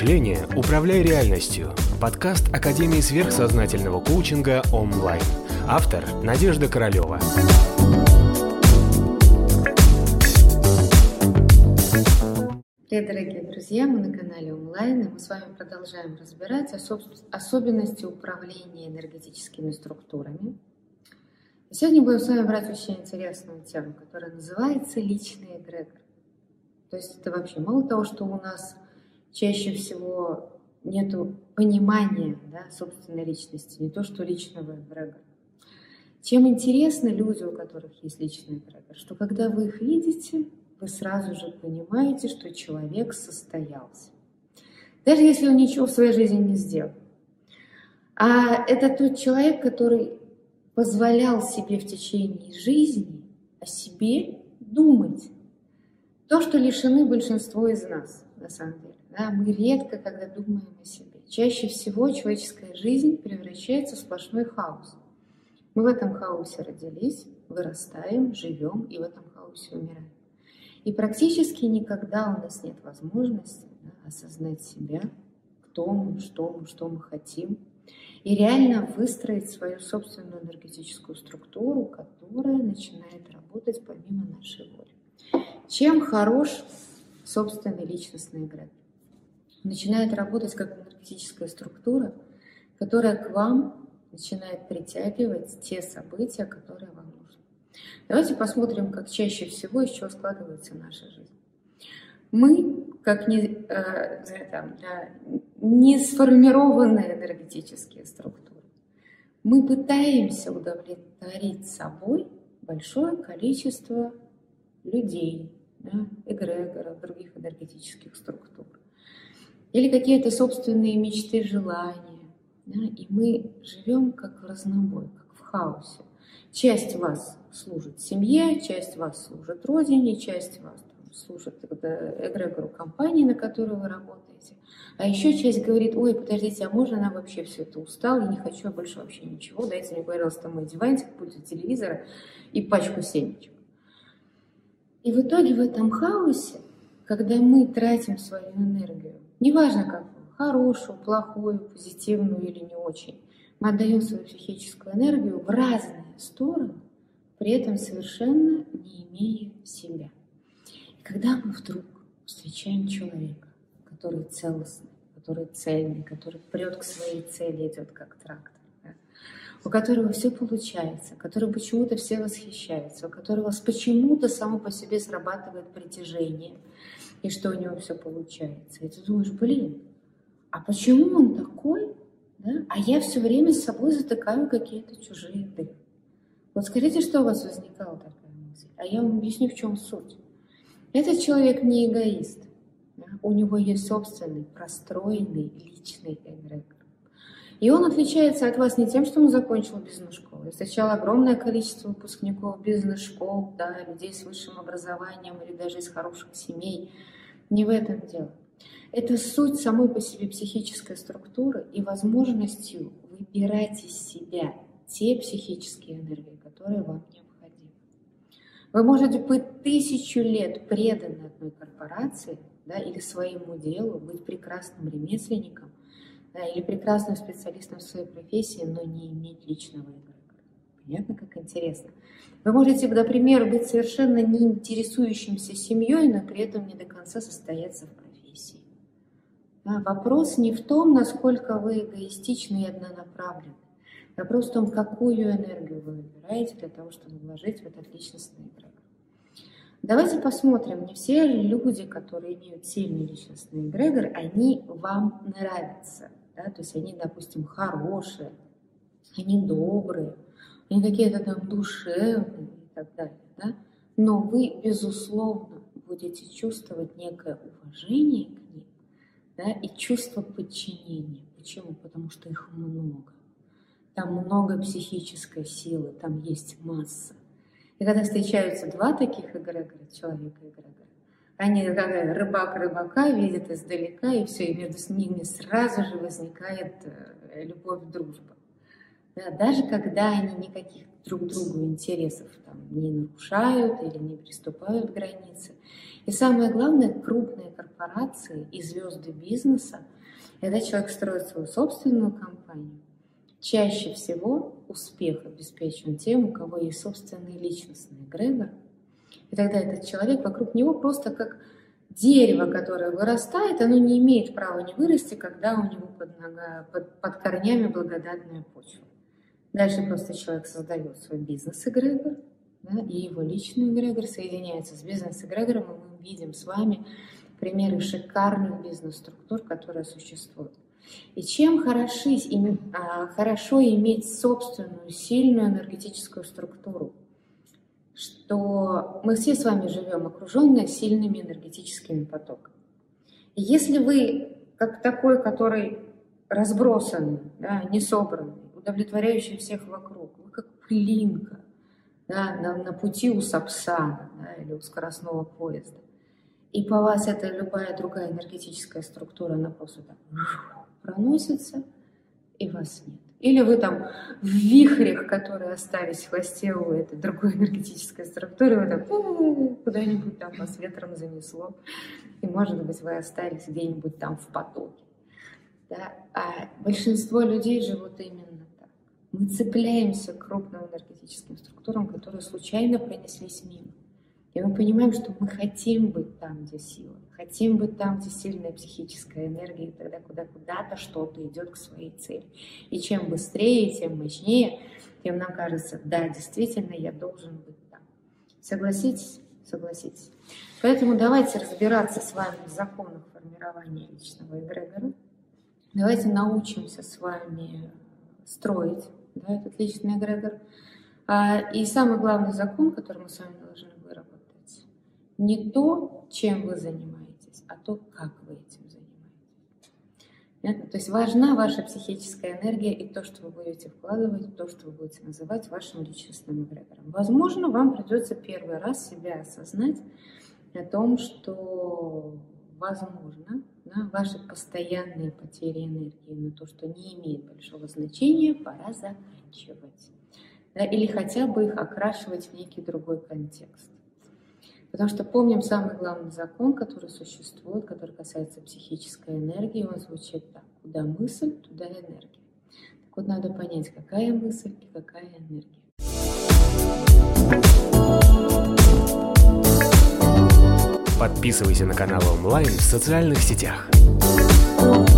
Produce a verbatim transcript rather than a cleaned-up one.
мышления «Управляй реальностью» – подкаст Академии сверхсознательного коучинга онлайн. Автор – Надежда Королева. Привет, дорогие друзья! Мы на канале онлайн, и мы с вами продолжаем разбирать особ... особенности управления энергетическими структурами. И сегодня будем с вами брать очень интересную тему, которая называется личный эгрегор. То есть это вообще мало того, что у нас чаще всего нет понимания, да, собственной личности, не то что личного эгрегора. Чем интересны люди, у которых есть личный эгрегор, что когда вы их видите, вы сразу же понимаете, что человек состоялся. Даже если он ничего в своей жизни не сделал. А это тот человек, который позволял себе в течение жизни о себе думать. То, что лишены большинство из нас, на самом деле. Да, мы редко, когда думаем о себе. Чаще всего человеческая жизнь превращается в сплошной хаос. Мы в этом хаосе родились, вырастаем, живем и в этом хаосе умираем. И практически никогда у нас нет возможности, да, осознать себя, кто мы, что мы, что мы хотим, и реально выстроить свою собственную энергетическую структуру, которая начинает работать помимо нашей воли. Чем хорош собственный личностный эгрегор? Начинает работать как энергетическая структура, которая к вам начинает притягивать те события, которые вам нужны. Давайте посмотрим, как чаще всего из чего складывается наша жизнь. Мы, как не, э, там, да, не сформированные энергетические структуры, мы пытаемся удовлетворить собой большое количество людей, да, эгрегоров, других энергетических структур. Или какие-то собственные мечты, желания. Да, и мы живем как в разнобой, как в хаосе. Часть вас служит семье, часть вас служит родине, часть вас там, служит эгрегору компании, на которой вы работаете. А еще часть говорит: ой, подождите, а можно нам вообще все это устал, я не хочу больше вообще ничего, дайте мне, пожалуйста, мой диванчик, пульт телевизора и пачку семечек. И в итоге в этом хаосе, когда мы тратим свою энергию, неважно какую, хорошую, плохую, позитивную или не очень, мы отдаем свою психическую энергию в разные стороны, при этом совершенно не имея себя. И когда мы вдруг встречаем человека, который целостный, который цельный, который прет к своей цели, идет как трактор, да, у которого все получается, который почему-то все восхищаются, у которого почему-то само по себе срабатывает притяжение, и что у него все получается. И ты думаешь: блин, а почему он такой? Да? А я все время с собой затыкаю какие-то чужие дыры. Вот скажите, что у вас возникала такая мысль? А я вам объясню, в чем суть. Этот человек не эгоист. Да? У него есть собственный, простроенный, личный эгрегор. И он отличается от вас не тем, что он закончил бизнес-школу. Я встречала огромное количество выпускников бизнес-школ, да, людей с высшим образованием или даже из хороших семей. Не в этом дело. Это суть самой по себе психической структуры и возможностью выбирать из себя те психические энергии, которые вам необходимы. Вы можете быть тысячу лет преданы одной корпорации, да, или своему делу, быть прекрасным ремесленником, да, или прекрасным специалистом в своей профессии, но не иметь личного эгрегора. Понятно, как интересно? Вы можете, например, быть совершенно не интересующимся семьей, но при этом не до конца состояться в профессии. Да, вопрос не в том, насколько вы эгоистичны и однонаправленны. Вопрос в том, какую энергию вы выбираете для того, чтобы вложить в этот личностный эгрегор. Давайте посмотрим, не все люди, которые имеют сильный личностный эгрегор, они вам нравятся. Да? То есть они, допустим, хорошие, они добрые, они какие-то там душевные и так далее. Да? Но вы, безусловно, будете чувствовать некое уважение к ним, да, и чувство подчинения. Почему? Потому что их много. Там много психической силы, там есть масса. И когда встречаются два таких эгрегора, человека и эгрегора, они, как рыбак рыбака, видят издалека, и все, и между ними сразу же возникает любовь, дружба. Да, даже когда они никаких друг другу интересов там, не нарушают или не приступают к границе. И самое главное, крупные корпорации и звезды бизнеса, Когда человек строит свою собственную компанию, чаще всего успех обеспечен тем, у кого есть собственный личностный эгрегор. И тогда этот человек вокруг него просто как дерево, которое вырастает, оно не имеет права не вырасти, когда у него под, нога, под, под корнями благодатная почва. Дальше просто человек создает свой бизнес-эгрегор, да, и его личный эгрегор соединяется с бизнес-эгрегором, и мы видим с вами примеры шикарных бизнес-структур, которые существуют. И чем хороши, им, а, хорошо иметь собственную сильную энергетическую структуру, что мы все с вами живем окруженные сильными энергетическими потоками. И если вы как такой, который разбросанный, да, не собранный, удовлетворяющий всех вокруг, вы как пылинка, да, на, на пути у Сапсана, да, или у скоростного поезда, и по вас это любая другая энергетическая структура, она просто так проносится, и вас нет. Или вы там в вихрях, которые остались в хвосте у этой другой энергетической структуры, вы там куда-нибудь там вас ветром занесло, и, может быть, вы остались где-нибудь там в потоке. Да? А большинство людей живут именно так. Мы цепляемся к крупным энергетическим структурам, которые случайно пронеслись мимо. И мы понимаем, что мы хотим быть там, где сила, хотим быть там, где сильная психическая энергия, и тогда куда куда-то что-то идет к своей цели. И чем быстрее, тем мощнее, тем нам кажется, да, действительно, я должен быть там. Согласитесь? Согласитесь. Поэтому давайте разбираться с вами в законах формирования личного эгрегора. Давайте научимся с вами строить, да, этот личный эгрегор. И самый главный закон, который мы с вами должны выработать, не то, чем вы занимаетесь, а то, как вы этим занимаетесь. Понятно? То есть важна ваша психическая энергия и то, что вы будете вкладывать, то, что вы будете называть вашим личностным эгрегором. Возможно, вам придется первый раз себя осознать о том, что возможно, да, ваши постоянные потери энергии на то, что не имеет большого значения, пора заканчивать. Да, или хотя бы их окрашивать в некий другой контекст. Потому что помним самый главный закон, который существует, который касается психической энергии, он звучит так: куда мысль, туда энергия. Так вот, надо понять, какая мысль и какая энергия. Подписывайся на канал онлайн в социальных сетях.